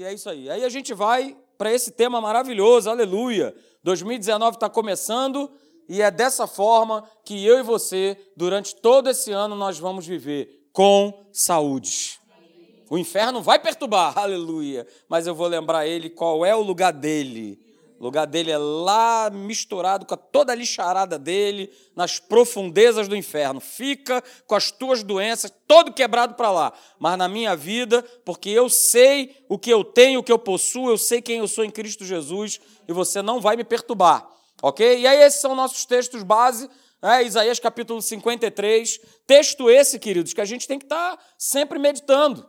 é isso aí. Aí a gente vai para esse tema maravilhoso, aleluia. 2019 está começando e é dessa forma que eu e você, durante todo esse ano, nós vamos viver com saúde. O inferno vai perturbar, aleluia, mas eu vou lembrar ele qual é o lugar dele. O lugar dele é lá misturado com toda a lixarada dele, nas profundezas do inferno. Fica com as tuas doenças, todo quebrado para lá. Mas na minha vida, porque eu sei o que eu tenho, o que eu possuo, eu sei quem eu sou em Cristo Jesus, e você não vai me perturbar, ok? E aí esses são nossos textos base, Isaías capítulo 53, texto esse, queridos, que a gente tem que estar sempre meditando,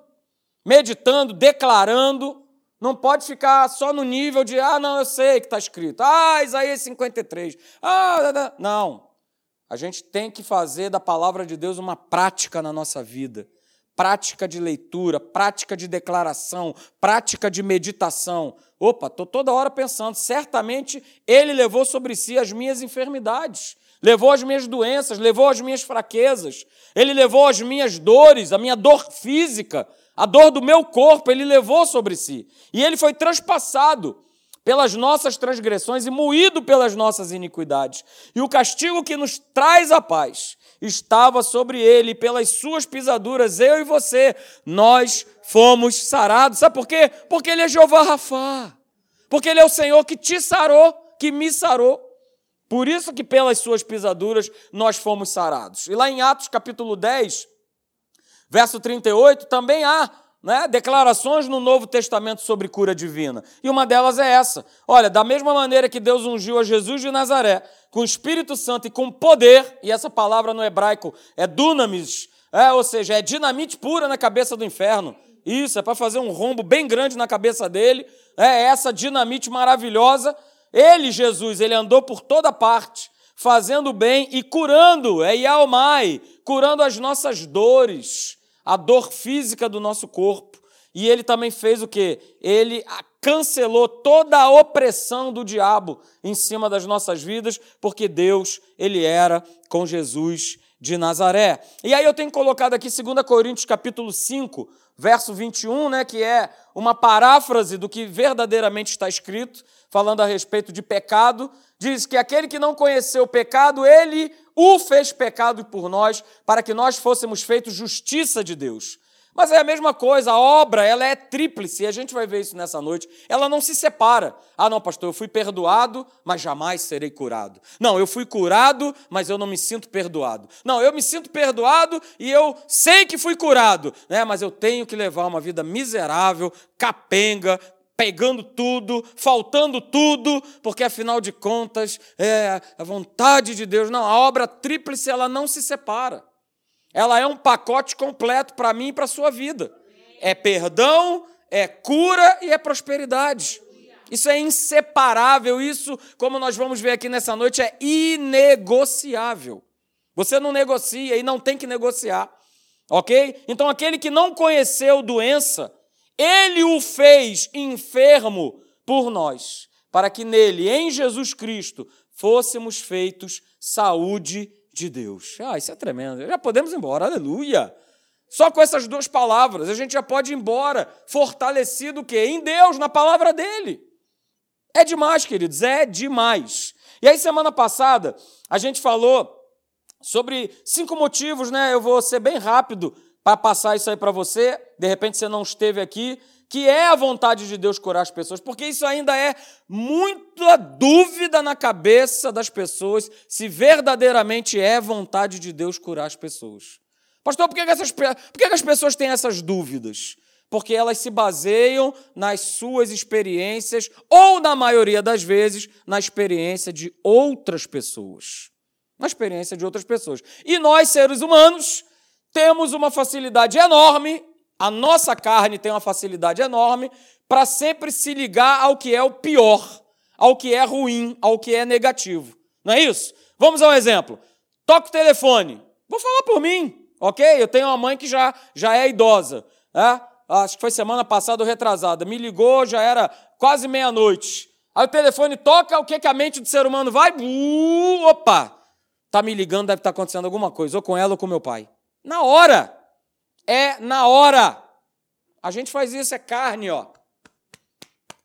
declarando. Não pode ficar só no nível de, não, eu sei que está escrito. Isaías 53. Não. A gente tem que fazer da palavra de Deus uma prática na nossa vida. Prática de leitura, prática de declaração, prática de meditação. Estou toda hora pensando, certamente Ele levou sobre si as minhas enfermidades, levou as minhas doenças, levou as minhas fraquezas, Ele levou as minhas dores, a minha dor física, a dor do meu corpo, Ele levou sobre si. E Ele foi transpassado pelas nossas transgressões e moído pelas nossas iniquidades. E o castigo que nos traz a paz estava sobre Ele, e pelas suas pisaduras, eu e você, nós fomos sarados. Sabe por quê? Porque Ele é Jeová Rafá. Porque Ele é o Senhor que te sarou, que me sarou. Por isso que pelas suas pisaduras nós fomos sarados. E lá em Atos capítulo 10... verso 38, também há declarações no Novo Testamento sobre cura divina. E uma delas é essa. Olha, da mesma maneira que Deus ungiu a Jesus de Nazaré com o Espírito Santo e com poder, e essa palavra no hebraico é dunamis, ou seja, é dinamite pura na cabeça do inferno. Isso, é para fazer um rombo bem grande na cabeça dele. Essa dinamite maravilhosa. Ele, Jesus, ele andou por toda parte, fazendo bem e curando, Yaomai, curando as nossas dores, a dor física do nosso corpo. E ele também fez o quê? Ele cancelou toda a opressão do diabo em cima das nossas vidas, porque Deus, ele era com Jesus de Nazaré. E aí eu tenho colocado aqui 2 Coríntios capítulo 5, verso 21, que é uma paráfrase do que verdadeiramente está escrito, falando a respeito de pecado. Diz que aquele que não conheceu o pecado, ele o fez pecado por nós, para que nós fôssemos feitos justiça de Deus. Mas é a mesma coisa, a obra, ela é tríplice, e a gente vai ver isso nessa noite, ela não se separa. Não, pastor, eu fui perdoado, mas jamais serei curado. Não, eu fui curado, mas eu não me sinto perdoado. Não, eu me sinto perdoado e eu sei que fui curado, mas eu tenho que levar uma vida miserável, capenga, pegando tudo, faltando tudo, porque, afinal de contas, é a vontade de Deus. Não, a obra tríplice, ela não se separa. Ela é um pacote completo para mim e para a sua vida. É perdão, é cura e é prosperidade. Isso é inseparável, isso, como nós vamos ver aqui nessa noite, é inegociável. Você não negocia e não tem que negociar, ok? Então, aquele que não conheceu doença, Ele o fez enfermo por nós, para que nele, em Jesus Cristo, fôssemos feitos saúde de Deus. Isso é tremendo. Já podemos ir embora, aleluia. Só com essas duas palavras, a gente já pode ir embora, fortalecido o quê? Em Deus, na palavra dele. É demais, queridos, é demais. E aí, semana passada, a gente falou sobre 5 motivos, Eu vou ser bem rápido para passar isso aí para você, de repente você não esteve aqui, que é a vontade de Deus curar as pessoas, porque isso ainda é muita dúvida na cabeça das pessoas, se verdadeiramente é vontade de Deus curar as pessoas. Pastor, por que as pessoas têm essas dúvidas? Porque elas se baseiam nas suas experiências, ou, na maioria das vezes, na experiência de outras pessoas. Na experiência de outras pessoas. E nós, seres humanos, temos uma facilidade enorme, a nossa carne tem uma facilidade enorme para sempre se ligar ao que é o pior, ao que é ruim, ao que é negativo. Não é isso? Vamos a um exemplo. Toca o telefone. Vou falar por mim, ok? Eu tenho uma mãe que já é idosa. Acho que foi semana passada ou retrasada. Me ligou, já era quase meia-noite. Aí o telefone toca, o que a mente do ser humano vai? Opa! Está me ligando, deve estar acontecendo alguma coisa, ou com ela ou com meu pai. Na hora. É na hora. A gente faz isso, é carne,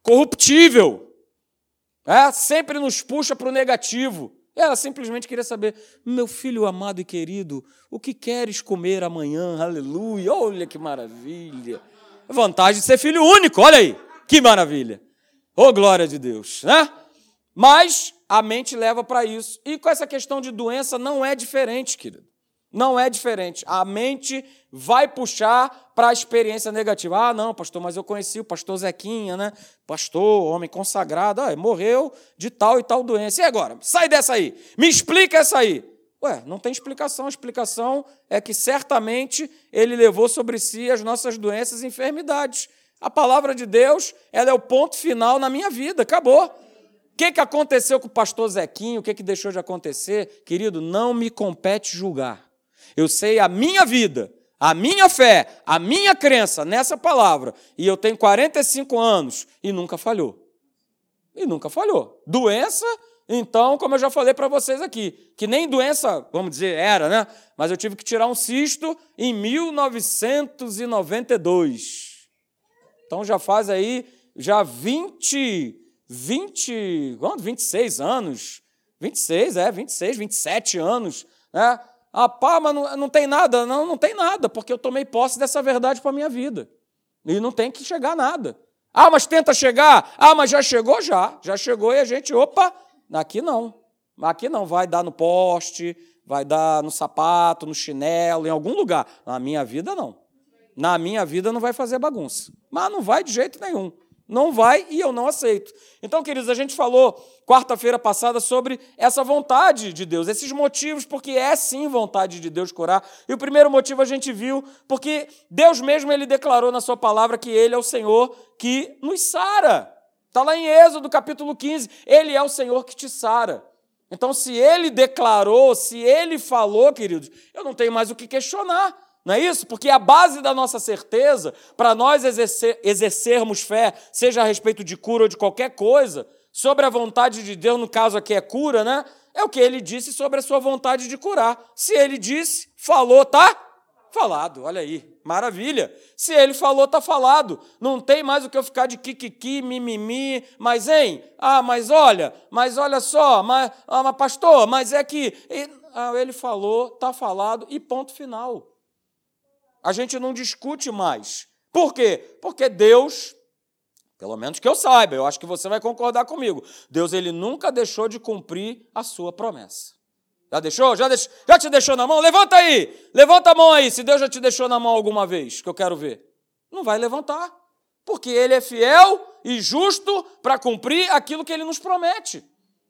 corruptível. Sempre nos puxa para o negativo. Ela simplesmente queria saber, meu filho amado e querido, o que queres comer amanhã? Aleluia, olha que maravilha. A vantagem de ser filho único, olha aí, que maravilha. Oh, glória de Deus, né? Mas a mente leva para isso. E com essa questão de doença não é diferente, querido. Não é diferente. A mente vai puxar para a experiência negativa. Ah, não, pastor, mas eu conheci o pastor Zequinha, né? Pastor, homem consagrado, morreu de tal e tal doença. E agora? Sai dessa aí. Me explica essa aí. Não tem explicação. A explicação é que certamente ele levou sobre si as nossas doenças e enfermidades. A palavra de Deus, ela é o ponto final na minha vida. Acabou. O que aconteceu com o pastor Zequinho? O que deixou de acontecer? Querido, não me compete julgar. Eu sei a minha vida, a minha fé, a minha crença nessa palavra. E eu tenho 45 anos e nunca falhou. E nunca falhou. Doença, então, como eu já falei para vocês aqui, que nem doença, vamos dizer, era, né? Mas eu tive que tirar um cisto em 1992. Então já faz aí, 26 anos. 27 anos, né? Mas não tem nada. Não tem nada, porque eu tomei posse dessa verdade para a minha vida. E não tem que chegar nada. Mas tenta chegar. Mas já chegou? Já chegou e a gente, aqui não. Aqui não, vai dar no poste, vai dar no sapato, no chinelo, em algum lugar. Na minha vida, não. Na minha vida não vai fazer bagunça. Mas não vai de jeito nenhum. Não vai e eu não aceito. Então, queridos, a gente falou quarta-feira passada sobre essa vontade de Deus, esses motivos, porque é sim vontade de Deus curar. E o primeiro motivo a gente viu, porque Deus mesmo ele declarou na sua palavra que Ele é o Senhor que nos sara. Está lá em Êxodo, capítulo 15. Ele é o Senhor que te sara. Então, se Ele declarou, se Ele falou, queridos, eu não tenho mais o que questionar. Não é isso? Porque a base da nossa certeza, para nós exercermos fé, seja a respeito de cura ou de qualquer coisa, sobre a vontade de Deus, no caso aqui é cura, né? É o que Ele disse sobre a sua vontade de curar. Se Ele disse, falou, tá falado. Olha aí, maravilha. Se Ele falou, tá falado. Não tem mais o que eu ficar de kikiki, mimimi, mas, mas olha só, mas pastor, mas é que... Ele falou, tá falado e ponto final. A gente não discute mais. Por quê? Porque Deus, pelo menos que eu saiba, eu acho que você vai concordar comigo, Deus ele nunca deixou de cumprir a sua promessa. Já deixou? Já te deixou na mão? Levanta aí! Levanta a mão aí, se Deus já te deixou na mão alguma vez, que eu quero ver. Não vai levantar, porque Ele é fiel e justo para cumprir aquilo que Ele nos promete.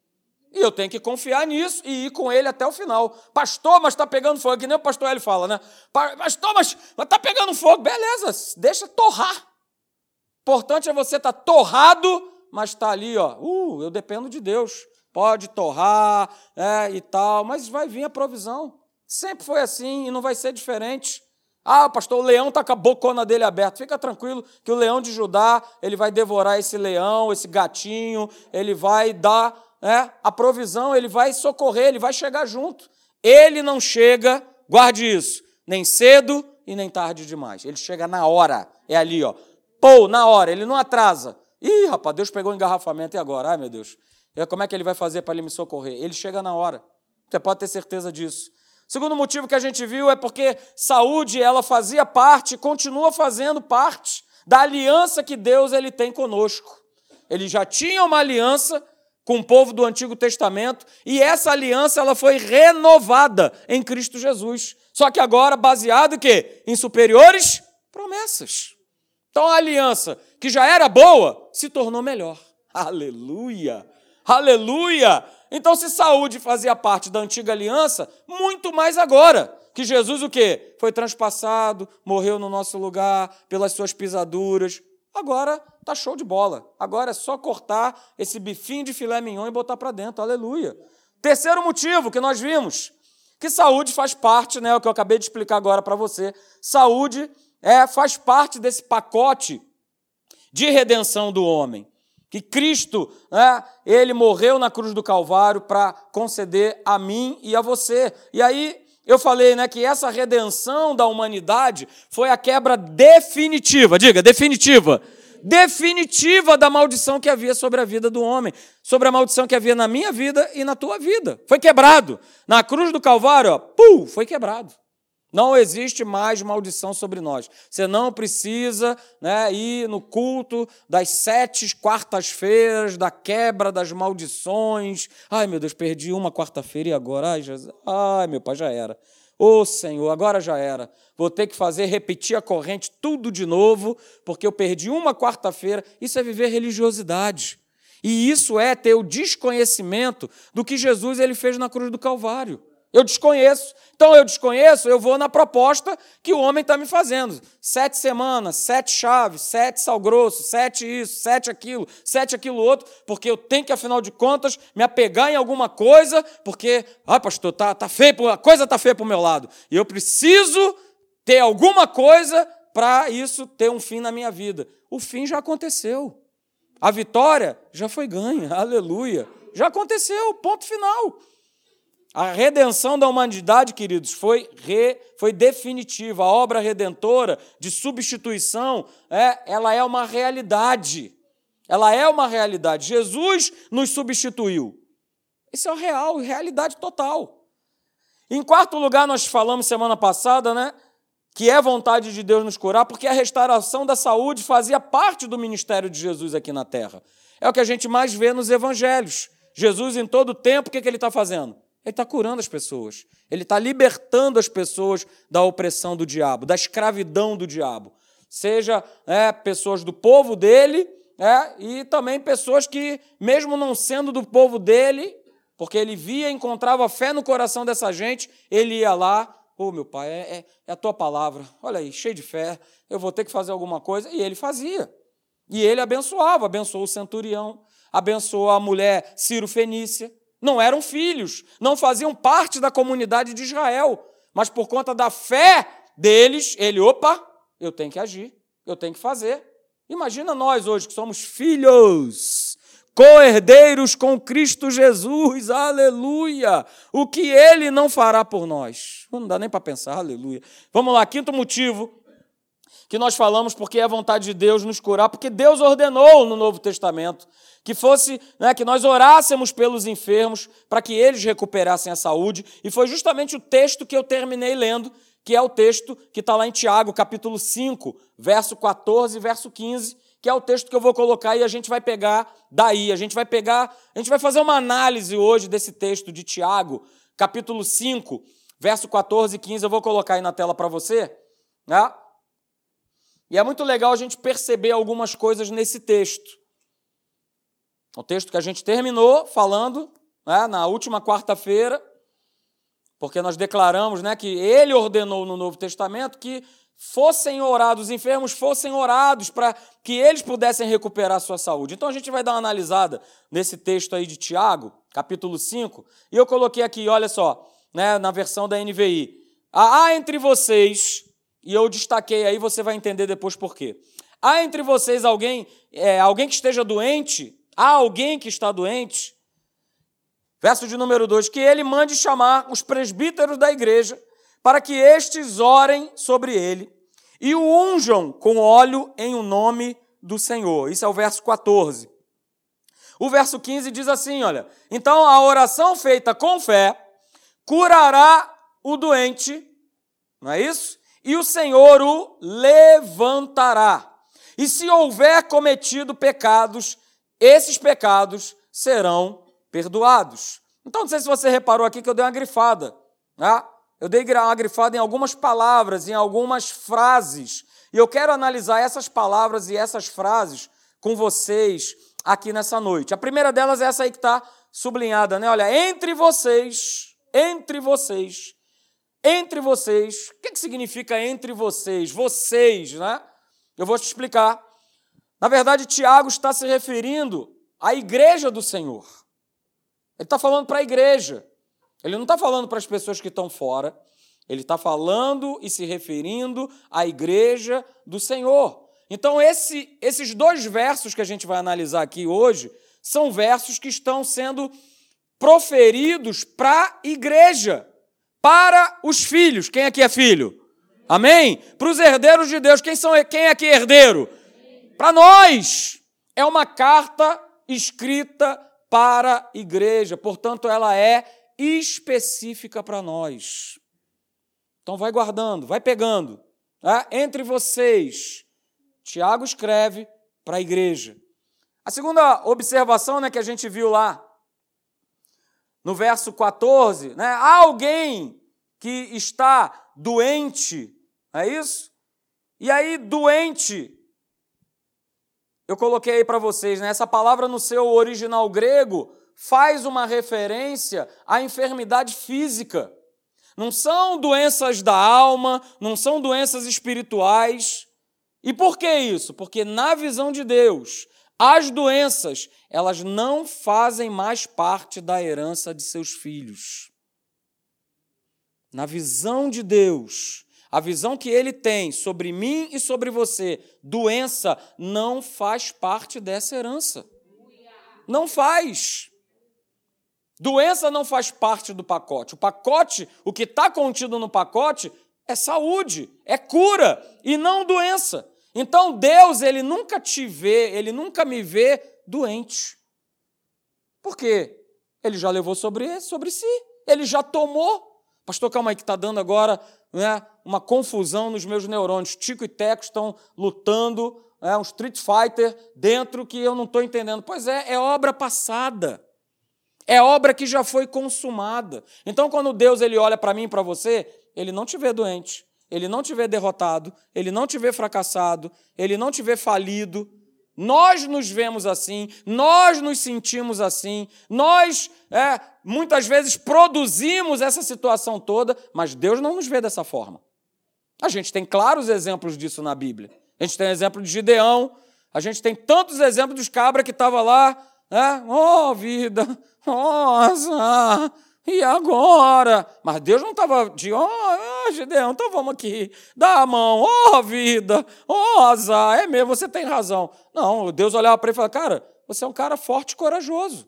E eu tenho que confiar nisso e ir com Ele até o final. Pastor, mas está pegando fogo, que nem o pastor Hélio fala, né? Pastor, mas está pegando fogo. Beleza, deixa torrar. Importante é você estar torrado, mas está ali, eu dependo de Deus. Pode torrar e tal, mas vai vir a provisão. Sempre foi assim e não vai ser diferente. Pastor, o leão está com a bocona dele aberta. Fica tranquilo que o leão de Judá, ele vai devorar esse leão, esse gatinho, ele vai dar... a provisão, ele vai socorrer, ele vai chegar junto. Ele não chega, guarde isso, nem cedo e nem tarde demais. Ele chega na hora, é ali, na hora, ele não atrasa. Ih, rapaz, Deus pegou o engarrafamento e agora? Ai, meu Deus, como é que ele vai fazer para ele me socorrer? Ele chega na hora, você pode ter certeza disso. Segundo motivo que a gente viu é porque saúde, ela fazia parte, continua fazendo parte da aliança que Deus ele tem conosco. Ele já tinha uma aliança com o povo do Antigo Testamento, e essa aliança ela foi renovada em Cristo Jesus. Só que agora baseado em quê? Em superiores promessas. Então a aliança, que já era boa, se tornou melhor. Aleluia! Aleluia! Então se saúde fazia parte da antiga aliança, muito mais agora, que Jesus o quê? Foi transpassado, morreu no nosso lugar, pelas suas pisaduras. Agora está show de bola. Agora é só cortar esse bifinho de filé mignon e botar para dentro. Aleluia. Terceiro motivo que nós vimos, que saúde faz parte, né, o que eu acabei de explicar agora para você. Saúde faz parte desse pacote de redenção do homem. Que Cristo, ele morreu na cruz do Calvário para conceder a mim e a você. E aí eu falei, que essa redenção da humanidade foi a quebra definitiva, diga, definitiva, definitiva da maldição que havia sobre a vida do homem, sobre a maldição que havia na minha vida e na tua vida. Foi quebrado. Na cruz do Calvário, foi quebrado. Não existe mais maldição sobre nós. Você não precisa, ir no culto das 7 quartas-feiras, da quebra das maldições. Ai, meu Deus, perdi uma quarta-feira e agora? Ai, Jesus. Ai, meu pai, já era. Ô, Senhor, agora já era. Vou ter que repetir a corrente tudo de novo, porque eu perdi uma quarta-feira. Isso é viver religiosidade. E isso é ter o desconhecimento do que Jesus ele fez na cruz do Calvário. Eu desconheço. Então, eu vou na proposta que o homem está me fazendo. 7 semanas, 7 chaves, 7 sal grosso, 7 isso, 7 aquilo outro, porque eu tenho que, afinal de contas, me apegar em alguma coisa, porque, pastor, tá feio, a coisa está feia para o meu lado. E eu preciso ter alguma coisa para isso ter um fim na minha vida. O fim já aconteceu. A vitória já foi ganha. Aleluia. Já aconteceu, ponto final. A redenção da humanidade, queridos, foi definitiva. A obra redentora de substituição, ela é uma realidade. Ela é uma realidade. Jesus nos substituiu. Isso é real, realidade total. Em quarto lugar, nós falamos semana passada, que é vontade de Deus nos curar, porque a restauração da saúde fazia parte do ministério de Jesus aqui na terra. É o que a gente mais vê nos evangelhos. Jesus, em todo o tempo, o que ele está fazendo? Ele está curando as pessoas. Ele está libertando as pessoas da opressão do diabo, da escravidão do diabo. Seja pessoas do povo dele e também pessoas que, mesmo não sendo do povo dele, porque ele via e encontrava fé no coração dessa gente, ele ia lá, meu pai, é a tua palavra, olha aí, cheio de fé, eu vou ter que fazer alguma coisa, e ele fazia. E ele abençoou o centurião, abençoou a mulher Ciro-Fenícia. Não eram filhos, não faziam parte da comunidade de Israel, mas por conta da fé deles, eu tenho que agir, eu tenho que fazer. Imagina nós hoje que somos filhos, co-herdeiros com Cristo Jesus, aleluia! O que Ele não fará por nós? Não dá nem para pensar, aleluia. Vamos lá, quinto motivo que nós falamos, porque é a vontade de Deus nos curar, porque Deus ordenou no Novo Testamento que fosse, que nós orássemos pelos enfermos para que eles recuperassem a saúde, e foi justamente o texto que eu terminei lendo, que é o texto que está lá em Tiago, capítulo 5, verso 14 e verso 15, que é o texto que eu vou colocar e a gente vai pegar daí, a gente vai fazer uma análise hoje desse texto de Tiago, capítulo 5, verso 14 e 15, eu vou colocar aí na tela para você, E é muito legal a gente perceber algumas coisas nesse texto. O texto que a gente terminou falando na última quarta-feira, porque nós declaramos que ele ordenou no Novo Testamento que fossem orados, os enfermos fossem orados para que eles pudessem recuperar a sua saúde. Então a gente vai dar uma analisada nesse texto aí de Tiago, capítulo 5, e eu coloquei aqui, olha só, na versão da NVI. Há entre vocês, e eu destaquei aí, você vai entender depois por quê. Há entre vocês alguém que esteja doente. Há alguém que está doente, verso de número 2, que ele mande chamar os presbíteros da igreja para que estes orem sobre ele e o unjam com óleo em o nome do Senhor. Isso é o verso 14. O verso 15 diz assim, olha, então a oração feita com fé curará o doente, não é isso? E o Senhor o levantará. E se houver cometido pecados, esses pecados serão perdoados. Então, não sei se você reparou aqui que eu dei uma grifada. Eu dei uma grifada em algumas palavras, em algumas frases. E eu quero analisar essas palavras e essas frases com vocês aqui nessa noite. A primeira delas é essa aí que está sublinhada, Olha, entre vocês. O que significa entre vocês? Vocês, Eu vou te explicar. Na verdade, Tiago está se referindo à igreja do Senhor. Ele está falando para a igreja. Ele não está falando para as pessoas que estão fora. Ele está falando e se referindo à igreja do Senhor. Então, esses 2 versos que a gente vai analisar aqui hoje são versos que estão sendo proferidos para a igreja, para os filhos. Quem aqui é filho? Amém? Para os herdeiros de Deus. Quem é aqui herdeiro? Para nós. É uma carta escrita para a igreja, portanto, ela é específica para nós. Então, vai guardando, vai pegando. Tá? Entre vocês, Tiago escreve para a igreja. A segunda observação, né, que a gente viu lá, no verso 14, né, há alguém que está doente, é isso? E aí, doente, eu coloquei aí para vocês, né, essa palavra no seu original grego faz uma referência à enfermidade física. Não são doenças da alma, não são doenças espirituais. E por que isso? Porque na visão de Deus, as doenças, elas não fazem mais parte da herança de seus filhos. Na visão de Deus, a visão que Ele tem sobre mim e sobre você, doença não faz parte dessa herança. Não faz. Doença não faz parte do pacote. O pacote, o que está contido no pacote, é saúde, é cura e não doença. Então, Deus, Ele nunca te vê, Ele nunca me vê doente. Por quê? Ele já levou sobre si, Ele já tomou. Pastor, calma aí, que está dando agora, né, uma confusão nos meus neurônios. Tico e Teco estão lutando, um Street Fighter dentro que eu não estou entendendo. Pois é obra passada. É obra que já foi consumada. Então, quando Deus ele olha para mim e para você, Ele não te vê doente. Ele não te vê derrotado, Ele não te vê fracassado, Ele não te vê falido. Nós nos vemos assim, nós nos sentimos assim, nós muitas vezes produzimos essa situação toda, mas Deus não nos vê dessa forma. A gente tem claros exemplos disso na Bíblia. A gente tem o exemplo de Gideão, a gente tem tantos exemplos dos cabras que estavam lá, vida, azar. E agora? Mas Deus não estava de, Gideão, então vamos aqui, dá a mão, vida, azar, é mesmo, você tem razão. Não, Deus olhava para ele e falava, cara, você é um cara forte e corajoso.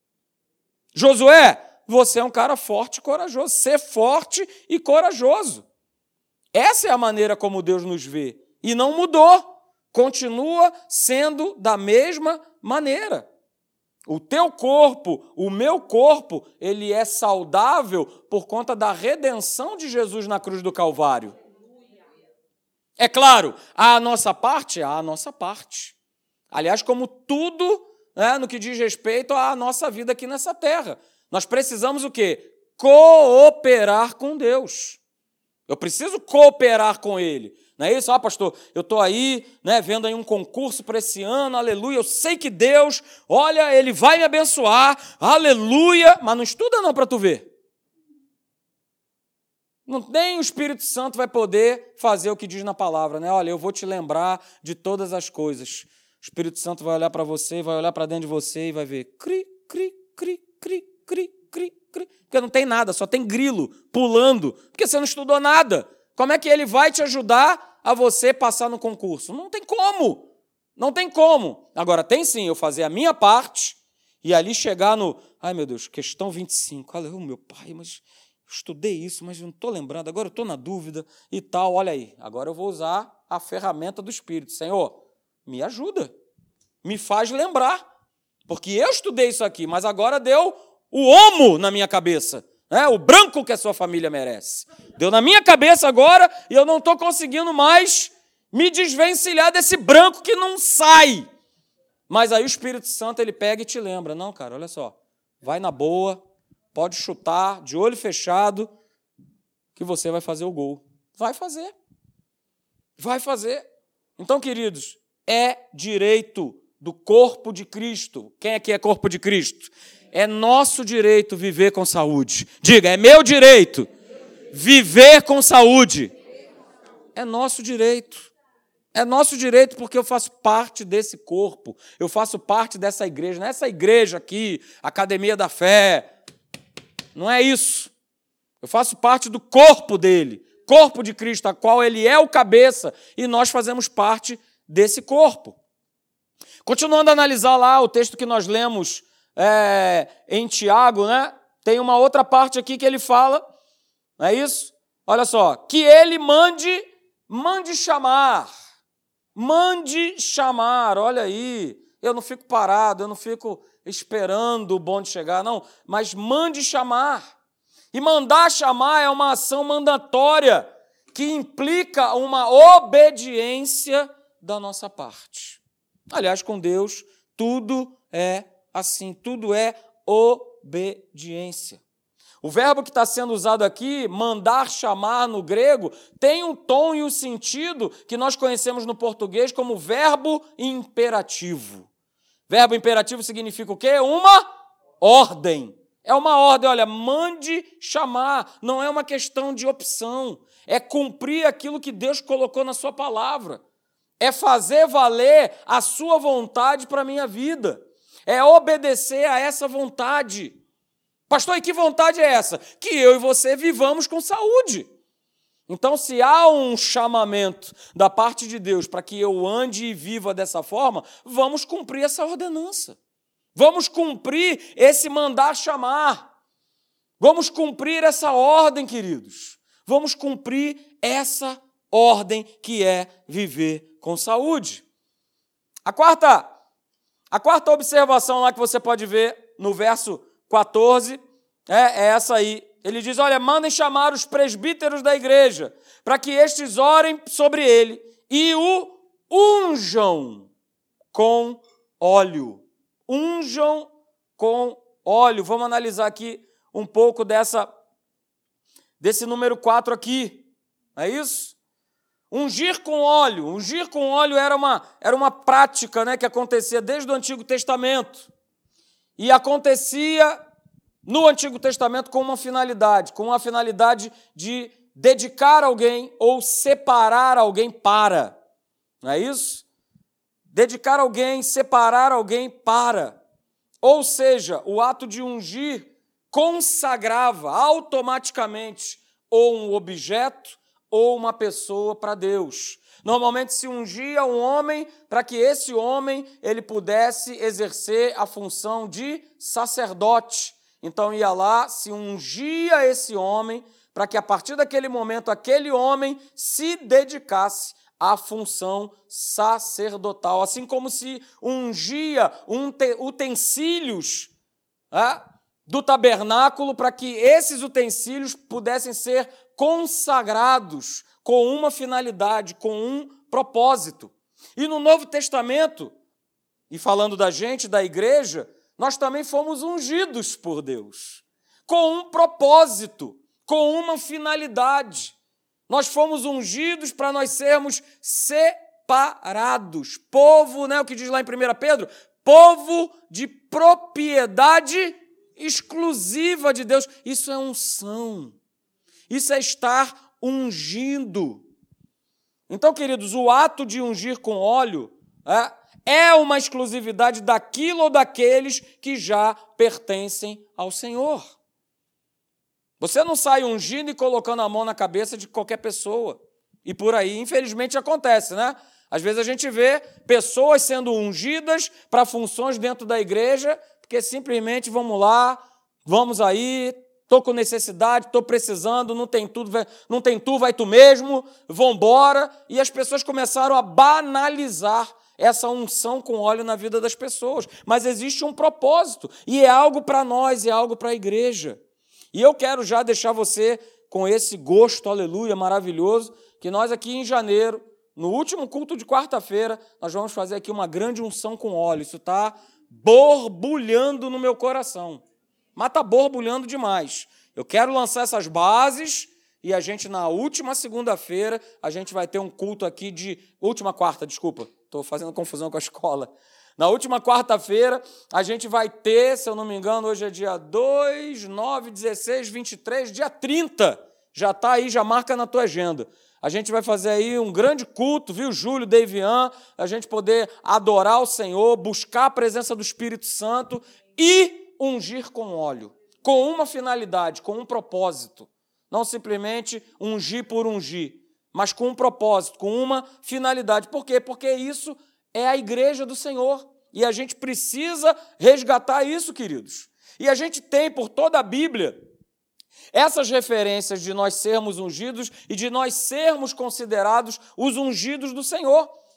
Josué, você é um cara forte e corajoso, ser forte e corajoso. Essa é a maneira como Deus nos vê. E não mudou, continua sendo da mesma maneira. O teu corpo, o meu corpo, ele é saudável por conta da redenção de Jesus na cruz do Calvário. É claro, há a nossa parte. Aliás, como tudo, no que diz respeito à nossa vida aqui nessa terra. Nós precisamos o quê? Cooperar com Deus. Eu preciso cooperar com Ele. Não é isso? Pastor, eu estou aí, vendo aí um concurso para esse ano, aleluia, eu sei que Deus, olha, Ele vai me abençoar, aleluia, mas não estuda não para tu ver. Nem o Espírito Santo vai poder fazer o que diz na palavra, Olha, eu vou te lembrar de todas as coisas. O Espírito Santo vai olhar para você, vai olhar para dentro de você e vai ver, cri, cri, cri, cri, cri, cri, cri, porque não tem nada, só tem grilo pulando, porque você não estudou nada. Como é que ele vai te ajudar a você passar no concurso? Não tem como. Não tem como. Agora, tem sim eu fazer a minha parte e ali chegar no... Ai, meu Deus, questão 25. Olha, meu pai, mas eu estudei isso, mas eu não estou lembrando. Agora eu estou na dúvida e tal. Olha aí, agora eu vou usar a ferramenta do Espírito. Senhor, me ajuda. Me faz lembrar. Porque eu estudei isso aqui, mas agora deu o homo na minha cabeça. O branco que a sua família merece. Deu na minha cabeça agora e eu não estou conseguindo mais me desvencilhar desse branco que não sai. Mas aí o Espírito Santo ele pega e te lembra. Não, cara, olha só. Vai na boa, pode chutar, de olho fechado, que você vai fazer o gol. Vai fazer. Vai fazer. Então, queridos, é direito do corpo de Cristo. Quem aqui é corpo de Cristo? É nosso direito viver com saúde. Diga, é meu direito viver com saúde. É nosso direito. É nosso direito porque eu faço parte desse corpo. Eu faço parte dessa igreja. Não é essa igreja aqui, Academia da Fé. Não é isso. Eu faço parte do corpo dele. Corpo de Cristo, a qual ele é o cabeça. E nós fazemos parte desse corpo. Continuando a analisar lá o texto que nós lemos em Tiago, tem uma outra parte aqui que ele fala, não é isso? Olha só, que ele mande chamar. mande chamar, olha aí, eu não fico parado, eu não fico esperando o bonde chegar, não, mas mande chamar. E mandar chamar é uma ação mandatória que implica uma obediência da nossa parte. Aliás, com Deus, tudo é assim, tudo é obediência. O verbo que está sendo usado aqui, mandar chamar no grego, tem um tom e um sentido que nós conhecemos no português como verbo imperativo. Verbo imperativo significa o quê? Uma ordem. É uma ordem, olha, mande chamar, não é uma questão de opção, é cumprir aquilo que Deus colocou na sua palavra, é fazer valer a sua vontade para a minha vida, é obedecer a essa vontade. Pastor, e que vontade é essa? Que eu e você vivamos com saúde. Então, se há um chamamento da parte de Deus para que eu ande e viva dessa forma, vamos cumprir essa ordenança. Vamos cumprir esse mandar chamar. Vamos cumprir essa ordem, queridos. Vamos cumprir essa ordem que é viver com saúde. A quarta observação lá que você pode ver no verso 14 é essa aí. Ele diz, olha, mandem chamar os presbíteros da igreja para que estes orem sobre ele e o unjam com óleo. Unjam com óleo. Vamos analisar aqui um pouco desse número 4 aqui. É isso? Ungir com óleo. Ungir com óleo era uma prática, né, que acontecia desde o Antigo Testamento. E acontecia no Antigo Testamento com uma finalidade de dedicar alguém ou separar alguém para. Não é isso? Dedicar alguém, separar alguém para. Ou seja, o ato de ungir consagrava automaticamente ou um objeto ou uma pessoa para Deus. Normalmente se ungia um homem para que esse homem ele pudesse exercer a função de sacerdote. Então ia lá, se ungia esse homem para que a partir daquele momento aquele homem se dedicasse à função sacerdotal, assim como se ungia utensílios do tabernáculo para que esses utensílios pudessem ser consagrados com uma finalidade, com um propósito. E no Novo Testamento, e falando da gente, da igreja, nós também fomos ungidos por Deus, com um propósito, com uma finalidade. Nós fomos ungidos para nós sermos separados. Povo, né, o que diz lá em 1 Pedro? Povo de propriedade exclusiva de Deus. Isso é unção. Isso é estar ungindo. Então, queridos, o ato de ungir com óleo é uma exclusividade daquilo ou daqueles que já pertencem ao Senhor. Você não sai ungindo e colocando a mão na cabeça de qualquer pessoa. E por aí, infelizmente, acontece, né? Às vezes a gente vê pessoas sendo ungidas para funções dentro da igreja, porque simplesmente vamos lá, vamos aí, estou com necessidade, estou precisando, não tem tu, vai tu mesmo, vamos embora. E as pessoas começaram a banalizar essa unção com óleo na vida das pessoas. Mas existe um propósito, e é algo para nós, é algo para a igreja. E eu quero já deixar você com esse gosto, aleluia, maravilhoso, que nós aqui em janeiro, no último culto de quarta-feira, nós vamos fazer aqui uma grande unção com óleo. Isso está borbulhando no meu coração. Mas está borbulhando demais. Eu quero lançar essas bases e a gente, na última segunda-feira, a gente vai ter um culto aqui de... Última quarta, desculpa, estou fazendo confusão com a escola. Na última quarta-feira, a gente vai ter, se eu não me engano, hoje é dia 2, 9, 16, 23, dia 30. Já está aí, já marca na tua agenda. A gente vai fazer aí um grande culto, viu, Júlio, Deivian, a gente poder adorar o Senhor, buscar a presença do Espírito Santo e ungir com óleo, com uma finalidade, com um propósito. Não simplesmente ungir por ungir, mas com um propósito, com uma finalidade. Por quê? Porque isso é a igreja do Senhor. E a gente precisa resgatar isso, queridos. E a gente tem, por toda a Bíblia, essas referências de nós sermos ungidos e de nós sermos considerados os ungidos do Senhor.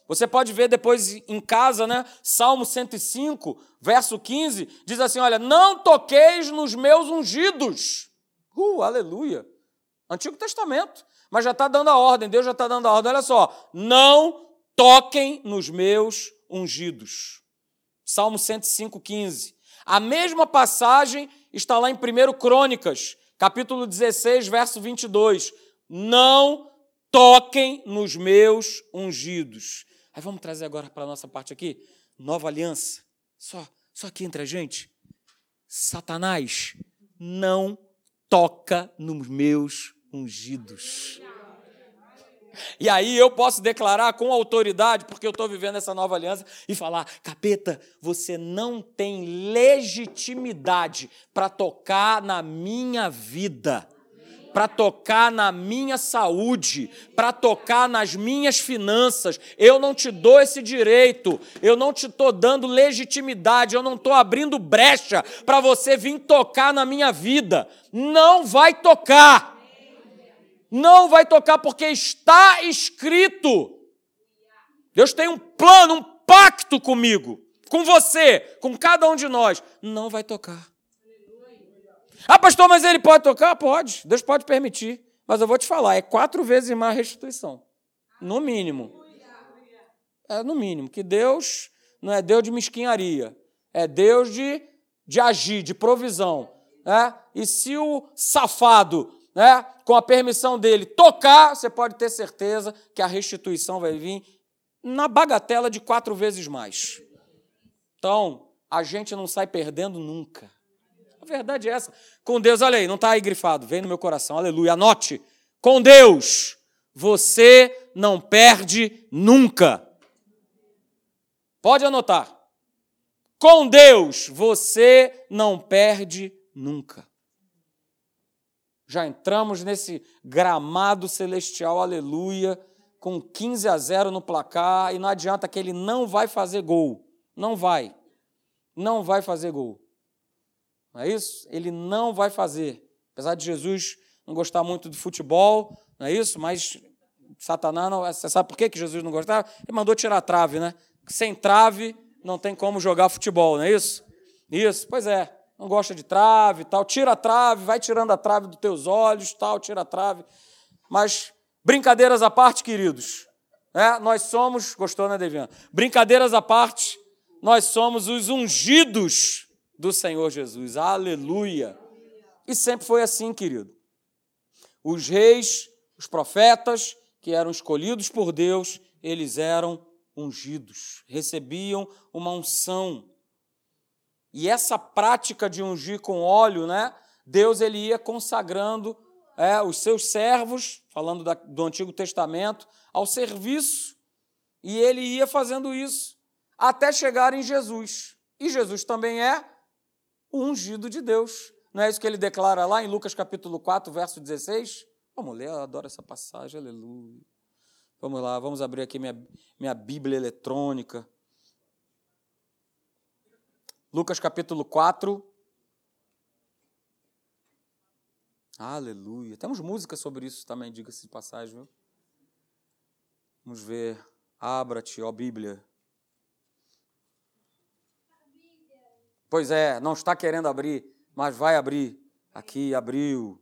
Você pode ver depois em casa, né? Salmo 105, verso 15, diz assim, olha, não toqueis nos meus ungidos. Aleluia. Antigo Testamento. Mas já está dando a ordem, Deus já está dando a ordem. Olha só, não toquem nos meus ungidos. Salmo 105, 15. A mesma passagem está lá em 1 Crônicas, capítulo 16, verso 22. Não toquem nos meus ungidos. Aí vamos trazer agora para a nossa parte aqui, nova aliança. Só aqui entre a gente. Satanás não toca nos meus ungidos. E aí eu posso declarar com autoridade, porque eu estou vivendo essa nova aliança, e falar, capeta, você não tem legitimidade para tocar na minha vida, para tocar na minha saúde, para tocar nas minhas finanças. Eu não te dou esse direito, eu não te estou dando legitimidade, eu não estou abrindo brecha para você vir tocar na minha vida. Não vai tocar. Não vai tocar porque está escrito. Deus tem um plano, um pacto comigo, com você, com cada um de nós. Não vai tocar. Ah, pastor, mas ele pode tocar? Pode. Deus pode permitir. Mas eu vou te falar, é 4 vezes mais restituição. No mínimo. No mínimo. Que Deus não é Deus de mesquinharia. É Deus de agir, de provisão. E se o safado, com a permissão dele, tocar, você pode ter certeza que a restituição vai vir na bagatela de 4 vezes mais. Então, a gente não sai perdendo nunca. A verdade é essa. Com Deus, olha aí, não está aí grifado, vem no meu coração, aleluia, anote. Com Deus, você não perde nunca. Pode anotar. Com Deus, você não perde nunca. Já entramos nesse gramado celestial, aleluia, com 15-0 no placar, e não adianta que ele não vai fazer gol. Não vai. Não vai fazer gol. Não é isso? Ele não vai fazer. Apesar de Jesus não gostar muito de futebol, não é isso? Mas Satanás, não, você sabe por que Jesus não gostava? Ele mandou tirar a trave, né? Sem trave não tem como jogar futebol, não é isso? Isso, pois é. Não gosta de trave e tal. Tira a trave, vai tirando a trave dos teus olhos, tal, tira a trave. Mas, brincadeiras à parte, queridos, nós somos, gostou, né, Deviano? Brincadeiras à parte, nós somos os ungidos do Senhor Jesus. Aleluia! E sempre foi assim, querido. Os reis, os profetas, que eram escolhidos por Deus, eles eram ungidos, recebiam uma unção. E essa prática de ungir com óleo, Deus ele ia consagrando os seus servos, falando do Antigo Testamento, ao serviço. E ele ia fazendo isso até chegar em Jesus. E Jesus também é o ungido de Deus. Não é isso que ele declara lá em Lucas capítulo 4, verso 16? Vamos ler, eu adoro essa passagem, aleluia. Vamos lá, vamos abrir aqui minha Bíblia eletrônica. Lucas capítulo 4. Aleluia. Temos música sobre isso também, diga-se de passagem, viu? Vamos ver. Abra-te, ó Bíblia. Pois é, não está querendo abrir, mas vai abrir. Aqui, abriu.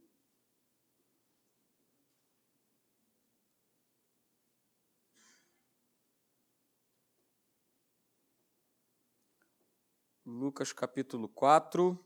Lucas capítulo 4.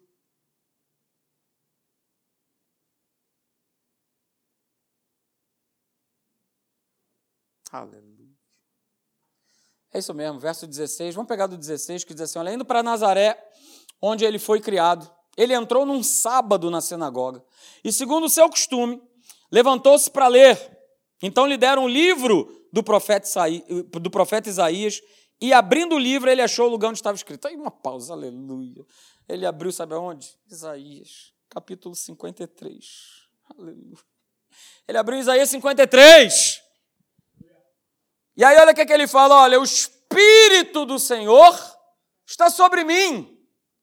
Aleluia. É isso mesmo, verso 16. Vamos pegar do 16, que diz assim, olha, indo para Nazaré, onde ele foi criado, ele entrou num sábado na sinagoga e, segundo o seu costume, levantou-se para ler. Então lhe deram um livro do profeta Isaías e, abrindo o livro, ele achou o lugar onde estava escrito. Aí uma pausa, aleluia. Ele abriu, sabe aonde? Isaías, capítulo 53. Aleluia. Ele abriu Isaías 53. E aí olha o que ele fala, olha, o Espírito do Senhor está sobre mim.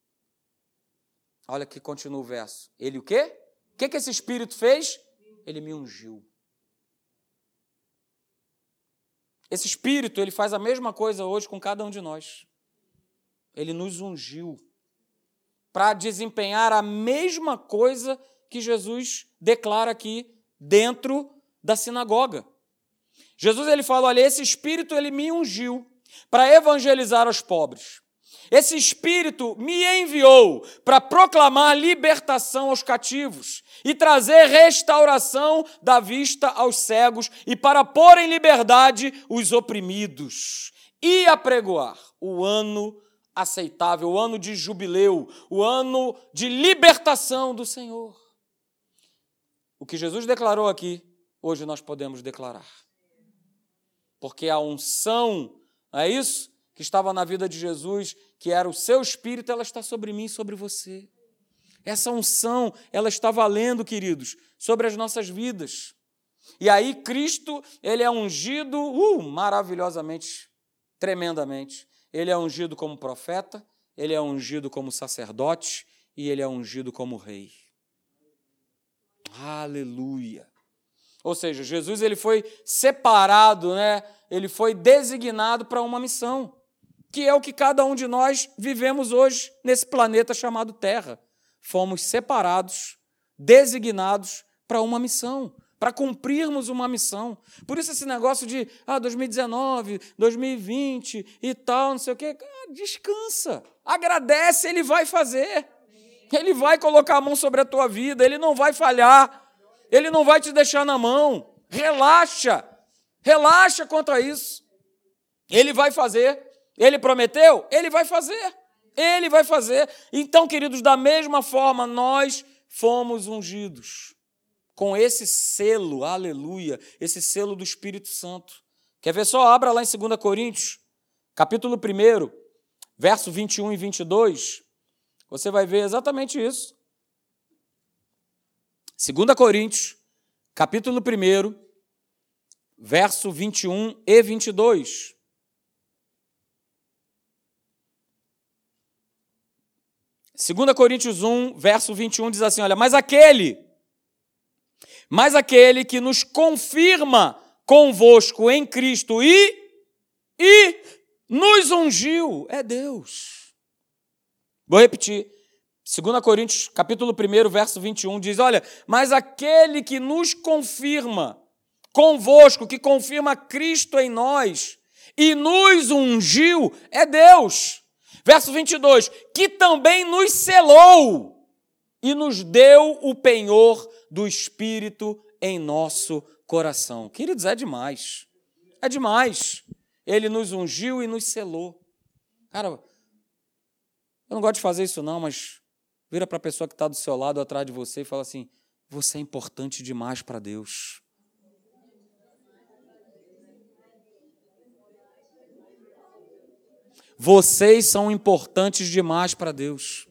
Olha que continua o verso. Ele o quê? O que esse Espírito fez? Ele me ungiu. Esse Espírito, ele faz a mesma coisa hoje com cada um de nós. Ele nos ungiu para desempenhar a mesma coisa que Jesus declara aqui dentro da sinagoga. Jesus, ele fala, olha, esse Espírito, ele me ungiu para evangelizar os pobres. Esse Espírito me enviou para proclamar libertação aos cativos e trazer restauração da vista aos cegos e para pôr em liberdade os oprimidos e apregoar o ano aceitável, o ano de jubileu, o ano de libertação do Senhor. O que Jesus declarou aqui, hoje nós podemos declarar. Porque a unção, não é isso? Que estava na vida de Jesus, que era o seu Espírito, ela está sobre mim e sobre você. Essa unção, ela está valendo, queridos, sobre as nossas vidas. E aí Cristo, ele é ungido maravilhosamente, tremendamente. Ele é ungido como profeta, ele é ungido como sacerdote e ele é ungido como rei. Aleluia! Ou seja, Jesus, ele foi separado, né? Ele foi designado para uma missão, que é o que cada um de nós vivemos hoje nesse planeta chamado Terra. Fomos separados, designados para uma missão, para cumprirmos uma missão. Por isso esse negócio de 2019, 2020 e tal, não sei o quê, descansa, agradece, ele vai fazer. Ele vai colocar a mão sobre a tua vida, ele não vai falhar, ele não vai te deixar na mão. Relaxa quanto a isso. Ele vai fazer. Ele prometeu? Ele vai fazer. Ele vai fazer. Então, queridos, da mesma forma, nós fomos ungidos com esse selo, aleluia, esse selo do Espírito Santo. Quer ver só? Abra lá em 2 Coríntios, capítulo 1, verso 21 e 22. Você vai ver exatamente isso. 2 Coríntios, capítulo 1, verso 21 e 22. Segunda Coríntios 1, verso 21 diz assim, olha, mas aquele que nos confirma convosco em Cristo e nos ungiu é Deus. Vou repetir. 2 Coríntios, capítulo 1, verso 21, diz, olha, mas aquele que nos confirma convosco, que confirma Cristo em nós e nos ungiu é Deus. Verso 22, que também nos selou e nos deu o penhor do Espírito em nosso coração. Queridos, é demais. É demais. Ele nos ungiu e nos selou. Cara, eu não gosto de fazer isso não, mas vira para a pessoa que está do seu lado, atrás de você, e fala assim, você é importante demais para Deus. Vocês são importantes demais para Deus.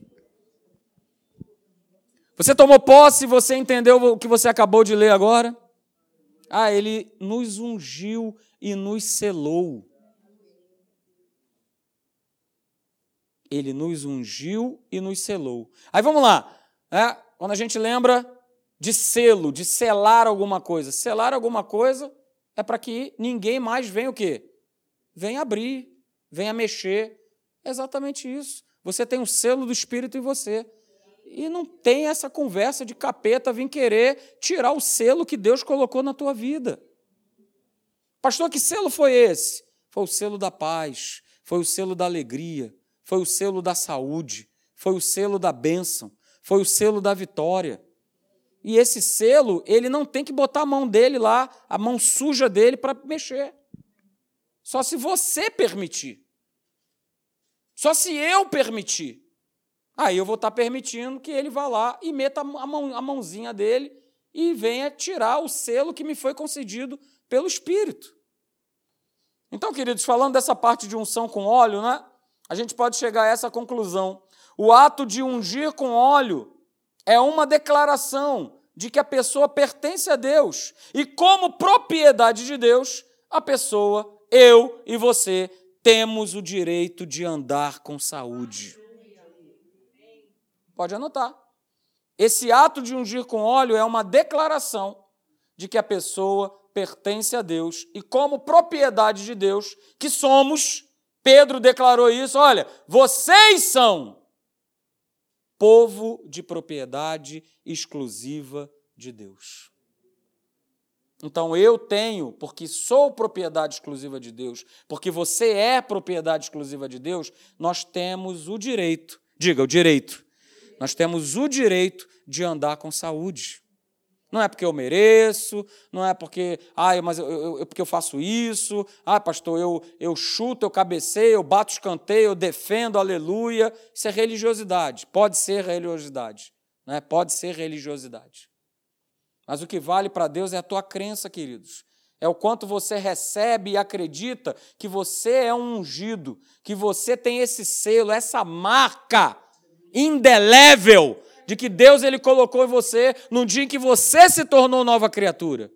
Você tomou posse, você entendeu o que você acabou de ler agora? Ele nos ungiu e nos selou. Ele nos ungiu e nos selou. Aí vamos lá. Quando a gente lembra de selo, de selar alguma coisa. Selar alguma coisa é para que ninguém mais venha o quê? Venha abrir, venha mexer. É exatamente isso. Você tem um selo do Espírito em você. E não tem essa conversa de capeta vir querer tirar o selo que Deus colocou na tua vida. Pastor, que selo foi esse? Foi o selo da paz, foi o selo da alegria, foi o selo da saúde, foi o selo da bênção, foi o selo da vitória. E esse selo, ele não tem que botar a mão dele lá, a mão suja dele para mexer. Só se você permitir. Só se eu permitir. Aí eu vou estar permitindo que ele vá lá e meta a mãozinha dele e venha tirar o selo que me foi concedido pelo Espírito. Então, queridos, falando dessa parte de unção com óleo, né, a gente pode chegar a essa conclusão. O ato de ungir com óleo é uma declaração de que a pessoa pertence a Deus. E como propriedade de Deus, a pessoa, eu e você, temos o direito de andar com saúde. Pode anotar. Esse ato de ungir com óleo é uma declaração de que a pessoa pertence a Deus e como propriedade de Deus que somos, Pedro declarou isso, olha, vocês são povo de propriedade exclusiva de Deus. Então eu tenho, porque sou propriedade exclusiva de Deus, porque você é propriedade exclusiva de Deus, nós temos o direito, diga, o direito, nós temos o direito de andar com saúde. Não é porque eu mereço, não é porque, porque eu faço isso, pastor, eu chuto, eu cabeceio, eu bato escanteio, eu defendo, aleluia. Isso é religiosidade, pode ser religiosidade, né? Pode ser religiosidade. Mas o que vale para Deus é a tua crença, queridos. É o quanto você recebe e acredita que você é um ungido, que você tem esse selo, essa marca indelével de que Deus ele colocou em você no dia em que você se tornou nova criatura.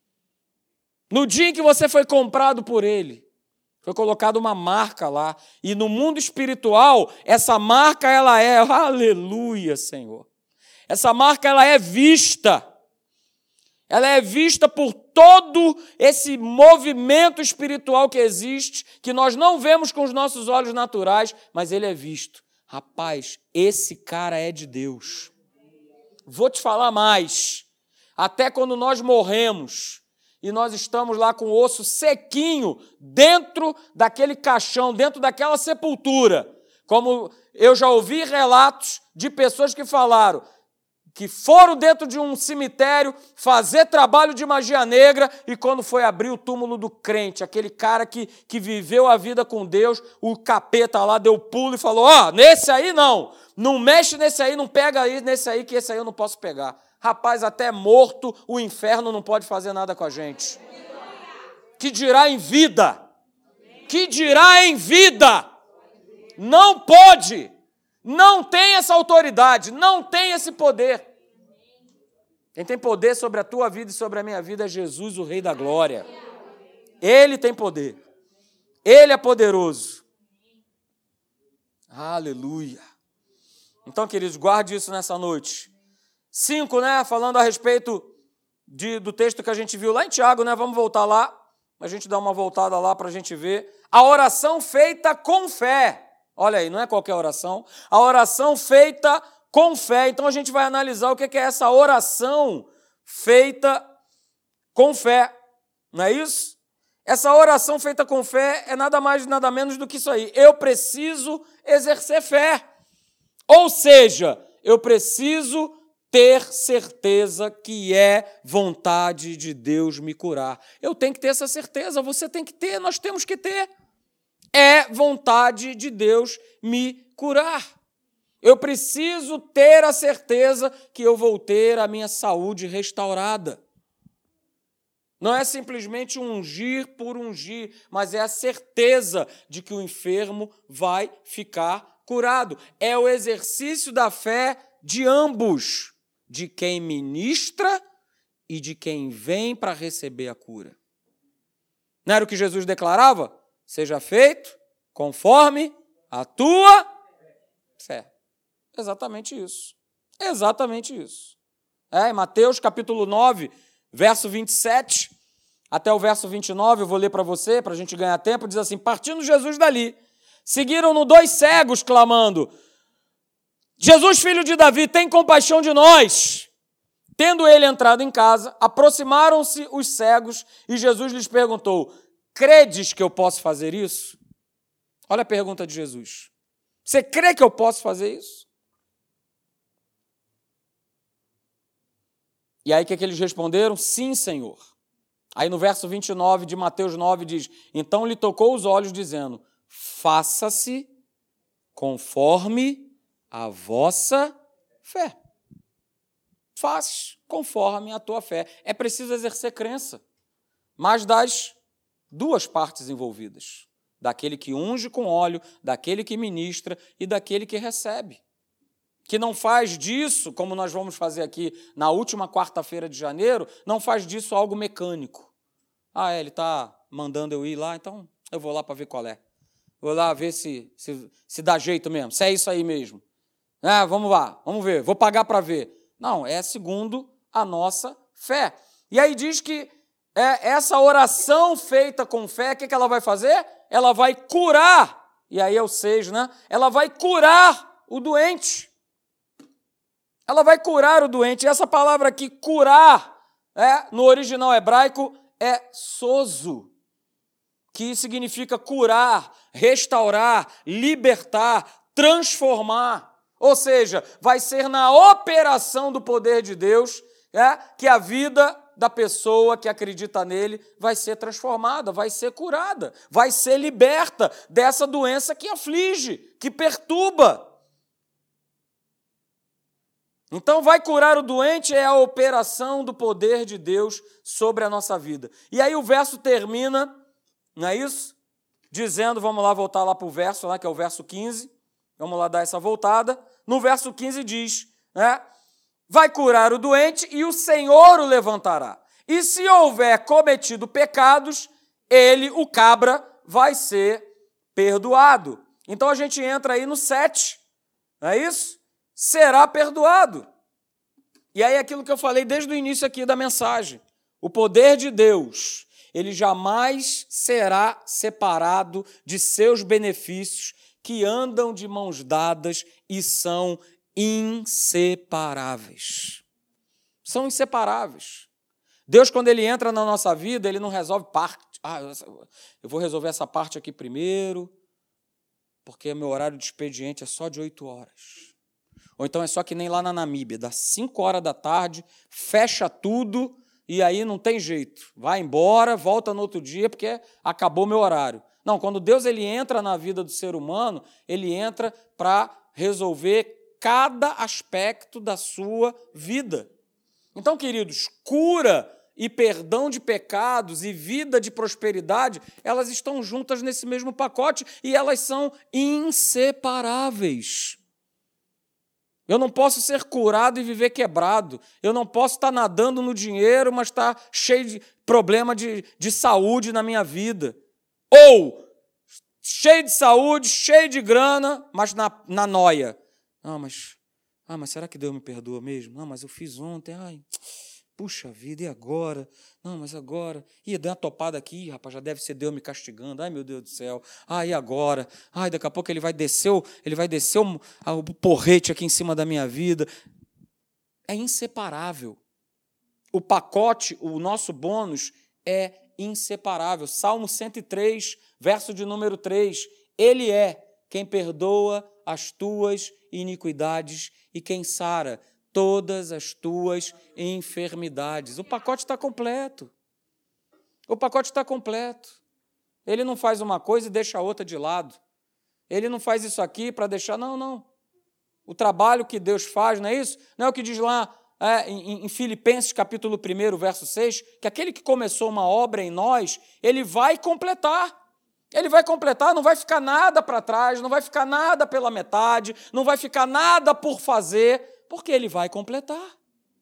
No dia em que você foi comprado por Ele. Foi colocada uma marca lá. E no mundo espiritual, essa marca ela é, aleluia, Senhor. Essa marca ela é vista. Ela é vista por todo esse movimento espiritual que existe, que nós não vemos com os nossos olhos naturais, mas ele é visto. Rapaz, esse cara é de Deus. Vou te falar mais. Até quando nós morremos e nós estamos lá com o osso sequinho dentro daquele caixão, dentro daquela sepultura, como eu já ouvi relatos de pessoas que falaram que foram dentro de um cemitério fazer trabalho de magia negra e quando foi abrir o túmulo do crente, aquele cara que viveu a vida com Deus, o capeta lá deu pulo e falou, nesse aí não mexe nesse aí, não pega aí nesse aí, que esse aí eu não posso pegar. Rapaz, até morto, o inferno não pode fazer nada com a gente. Que dirá em vida? Que dirá em vida? Não pode. Não tem essa autoridade, não tem esse poder. Quem tem poder sobre a tua vida e sobre a minha vida é Jesus, o Rei da Glória. Ele tem poder. Ele é poderoso. Aleluia. Então, queridos, guarde isso nessa noite. 5, falando a respeito do texto que a gente viu lá em Tiago, vamos voltar lá, a gente dá uma voltada lá para a gente ver. A oração feita com fé. Olha aí, não é qualquer oração. A oração feita com fé. Então, a gente vai analisar o que é essa oração feita com fé. Não é isso? Essa oração feita com fé é nada mais, nada menos do que isso aí. Eu preciso exercer fé. Ou seja, eu preciso ter certeza que é vontade de Deus me curar. Eu tenho que ter essa certeza, você tem que ter, nós temos que ter. É vontade de Deus me curar. Eu preciso ter a certeza que eu vou ter a minha saúde restaurada. Não é simplesmente ungir por ungir, mas é a certeza de que o enfermo vai ficar curado. É o exercício da fé de ambos, de quem ministra e de quem vem para receber a cura. Não era o que Jesus declarava? Seja feito conforme a tua fé. Exatamente isso. Exatamente isso. Em Mateus capítulo 9, verso 27, até o verso 29, eu vou ler para você, para a gente ganhar tempo, diz assim, partindo Jesus dali, seguiram-no 2 cegos, clamando, Jesus, filho de Davi, tem compaixão de nós. Tendo ele entrado em casa, aproximaram-se os cegos e Jesus lhes perguntou, credes que eu posso fazer isso? Olha a pergunta de Jesus. Você crê que eu posso fazer isso? E aí o que eles responderam? Sim, Senhor. Aí no verso 29 de Mateus 9 diz, então lhe tocou os olhos dizendo, faça-se conforme a vossa fé. Faz conforme a tua fé. É preciso exercer crença, mas das 2 partes envolvidas. Daquele que unge com óleo, daquele que ministra e daquele que recebe. Que não faz disso, como nós vamos fazer aqui na última quarta-feira de janeiro, não faz disso algo mecânico. Ele está mandando eu ir lá, então eu vou lá para ver qual é. Vou lá ver se dá jeito mesmo, se é isso aí mesmo. Vamos lá, vamos ver, vou pagar para ver. Não, é segundo a nossa fé. E aí diz que essa oração feita com fé, o que ela vai fazer? Ela vai curar, e aí é o 6, né? Ela vai curar o doente. Ela vai curar o doente. E essa palavra aqui, curar, no original hebraico, é sozo, que significa curar, restaurar, libertar, transformar. Ou seja, vai ser na operação do poder de Deus que a vida da pessoa que acredita nele vai ser transformada, vai ser curada, vai ser liberta dessa doença que aflige, que perturba. Então, vai curar o doente é a operação do poder de Deus sobre a nossa vida. E aí o verso termina, não é isso? Dizendo, vamos lá voltar lá para o verso, que é o verso 15, vamos lá dar essa voltada. No verso 15 diz, vai curar o doente e o Senhor o levantará. E se houver cometido pecados, ele, o cabra, vai ser perdoado. Então a gente entra aí no 7, não é isso? Será perdoado. E aí aquilo que eu falei desde o início aqui da mensagem, o poder de Deus, ele jamais será separado de seus benefícios que andam de mãos dadas e são inseparáveis. São inseparáveis. Deus, quando ele entra na nossa vida, ele não resolve parte. Eu vou resolver essa parte aqui primeiro, porque meu horário de expediente é só de 8 horas. Ou então é só que nem lá na Namíbia, dá 5 horas da tarde, fecha tudo e aí não tem jeito. Vai embora, volta no outro dia porque acabou meu horário. Não, quando Deus ele entra na vida do ser humano, ele entra para resolver cada aspecto da sua vida. Então, queridos, cura e perdão de pecados e vida de prosperidade, elas estão juntas nesse mesmo pacote e elas são inseparáveis. Eu não posso ser curado e viver quebrado. Eu não posso estar nadando no dinheiro, mas estar cheio de problema de saúde na minha vida. Ou cheio de saúde, cheio de grana, mas na noia. Mas será que Deus me perdoa mesmo? Não, mas eu fiz ontem. Puxa vida, e agora? Não, mas agora... deu uma topada aqui, rapaz, já deve ser Deus me castigando. Meu Deus do céu. E agora? Daqui a pouco ele vai descer o porrete aqui em cima da minha vida. É inseparável. O pacote, o nosso bônus é inseparável. Salmo 103, verso de número 3. Ele é quem perdoa as tuas iniquidades e quem sara todas as tuas enfermidades. O pacote está completo. O pacote está completo. Ele não faz uma coisa e deixa a outra de lado. Ele não faz isso aqui para deixar... Não. O trabalho que Deus faz, não é isso? Não é o que diz lá em Filipenses, capítulo 1, verso 6, que aquele que começou uma obra em nós, ele vai completar. Ele vai completar, não vai ficar nada para trás, não vai ficar nada pela metade, não vai ficar nada por fazer, porque ele vai completar.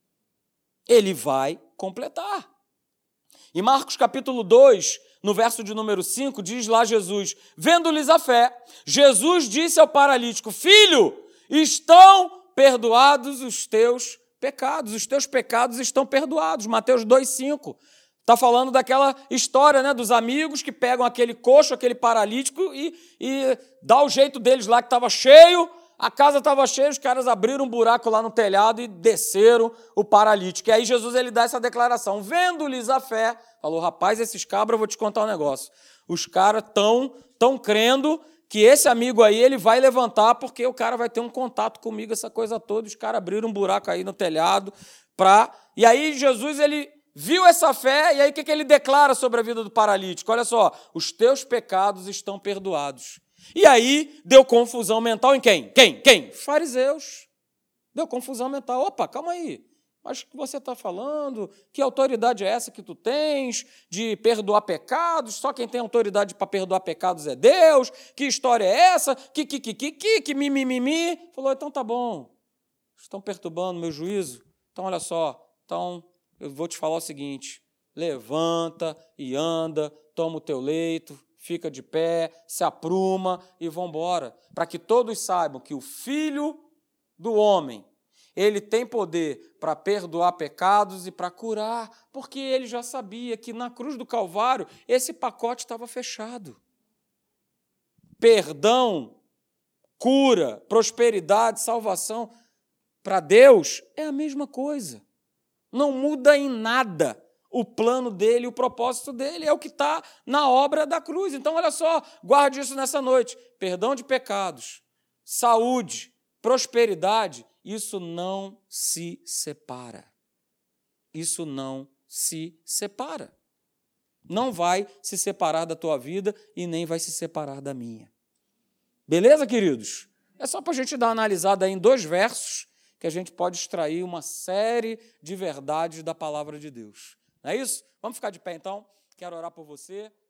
Ele vai completar. Em Marcos capítulo 2, no verso de número 5, diz lá Jesus, vendo-lhes a fé, Jesus disse ao paralítico, filho, estão perdoados os teus pecados estão perdoados. Mateus 2,5. Está falando daquela história, dos amigos que pegam aquele coxo, aquele paralítico e dá o jeito deles lá que estava cheio, a casa estava cheia, os caras abriram um buraco lá no telhado e desceram o paralítico. E aí Jesus ele dá essa declaração, vendo-lhes a fé, falou, rapaz, esses cabras, eu vou te contar um negócio, os caras estão crendo que esse amigo aí ele vai levantar porque o cara vai ter um contato comigo, essa coisa toda, os caras abriram um buraco aí no telhado, e aí Jesus ele viu essa fé, e aí o que ele declara sobre a vida do paralítico? Olha só, os teus pecados estão perdoados. E aí deu confusão mental em quem? Quem? Os fariseus. Deu confusão mental. Opa, calma aí. Mas o que você está falando? Que autoridade é essa que tu tens de perdoar pecados? Só quem tem autoridade para perdoar pecados é Deus? Que história é essa? Que mimimi? Falou, então tá bom. Estão perturbando meu juízo? Então, olha só. Então, eu vou te falar o seguinte. Levanta e anda, toma o teu leito, fica de pé, se apruma e vão embora. Para que todos saibam que o Filho do Homem, Ele tem poder para perdoar pecados e para curar, porque ele já sabia que na cruz do Calvário esse pacote estava fechado. Perdão, cura, prosperidade, salvação, para Deus é a mesma coisa. Não muda em nada o plano dele, o propósito dele, é o que está na obra da cruz. Então, olha só, guarde isso nessa noite. Perdão de pecados, saúde, prosperidade, isso não se separa. Isso não se separa. Não vai se separar da tua vida e nem vai se separar da minha. Beleza, queridos? É só para a gente dar uma analisada aí em 2 versos que a gente pode extrair uma série de verdades da palavra de Deus. Não é isso? Vamos ficar de pé, então? Quero orar por você.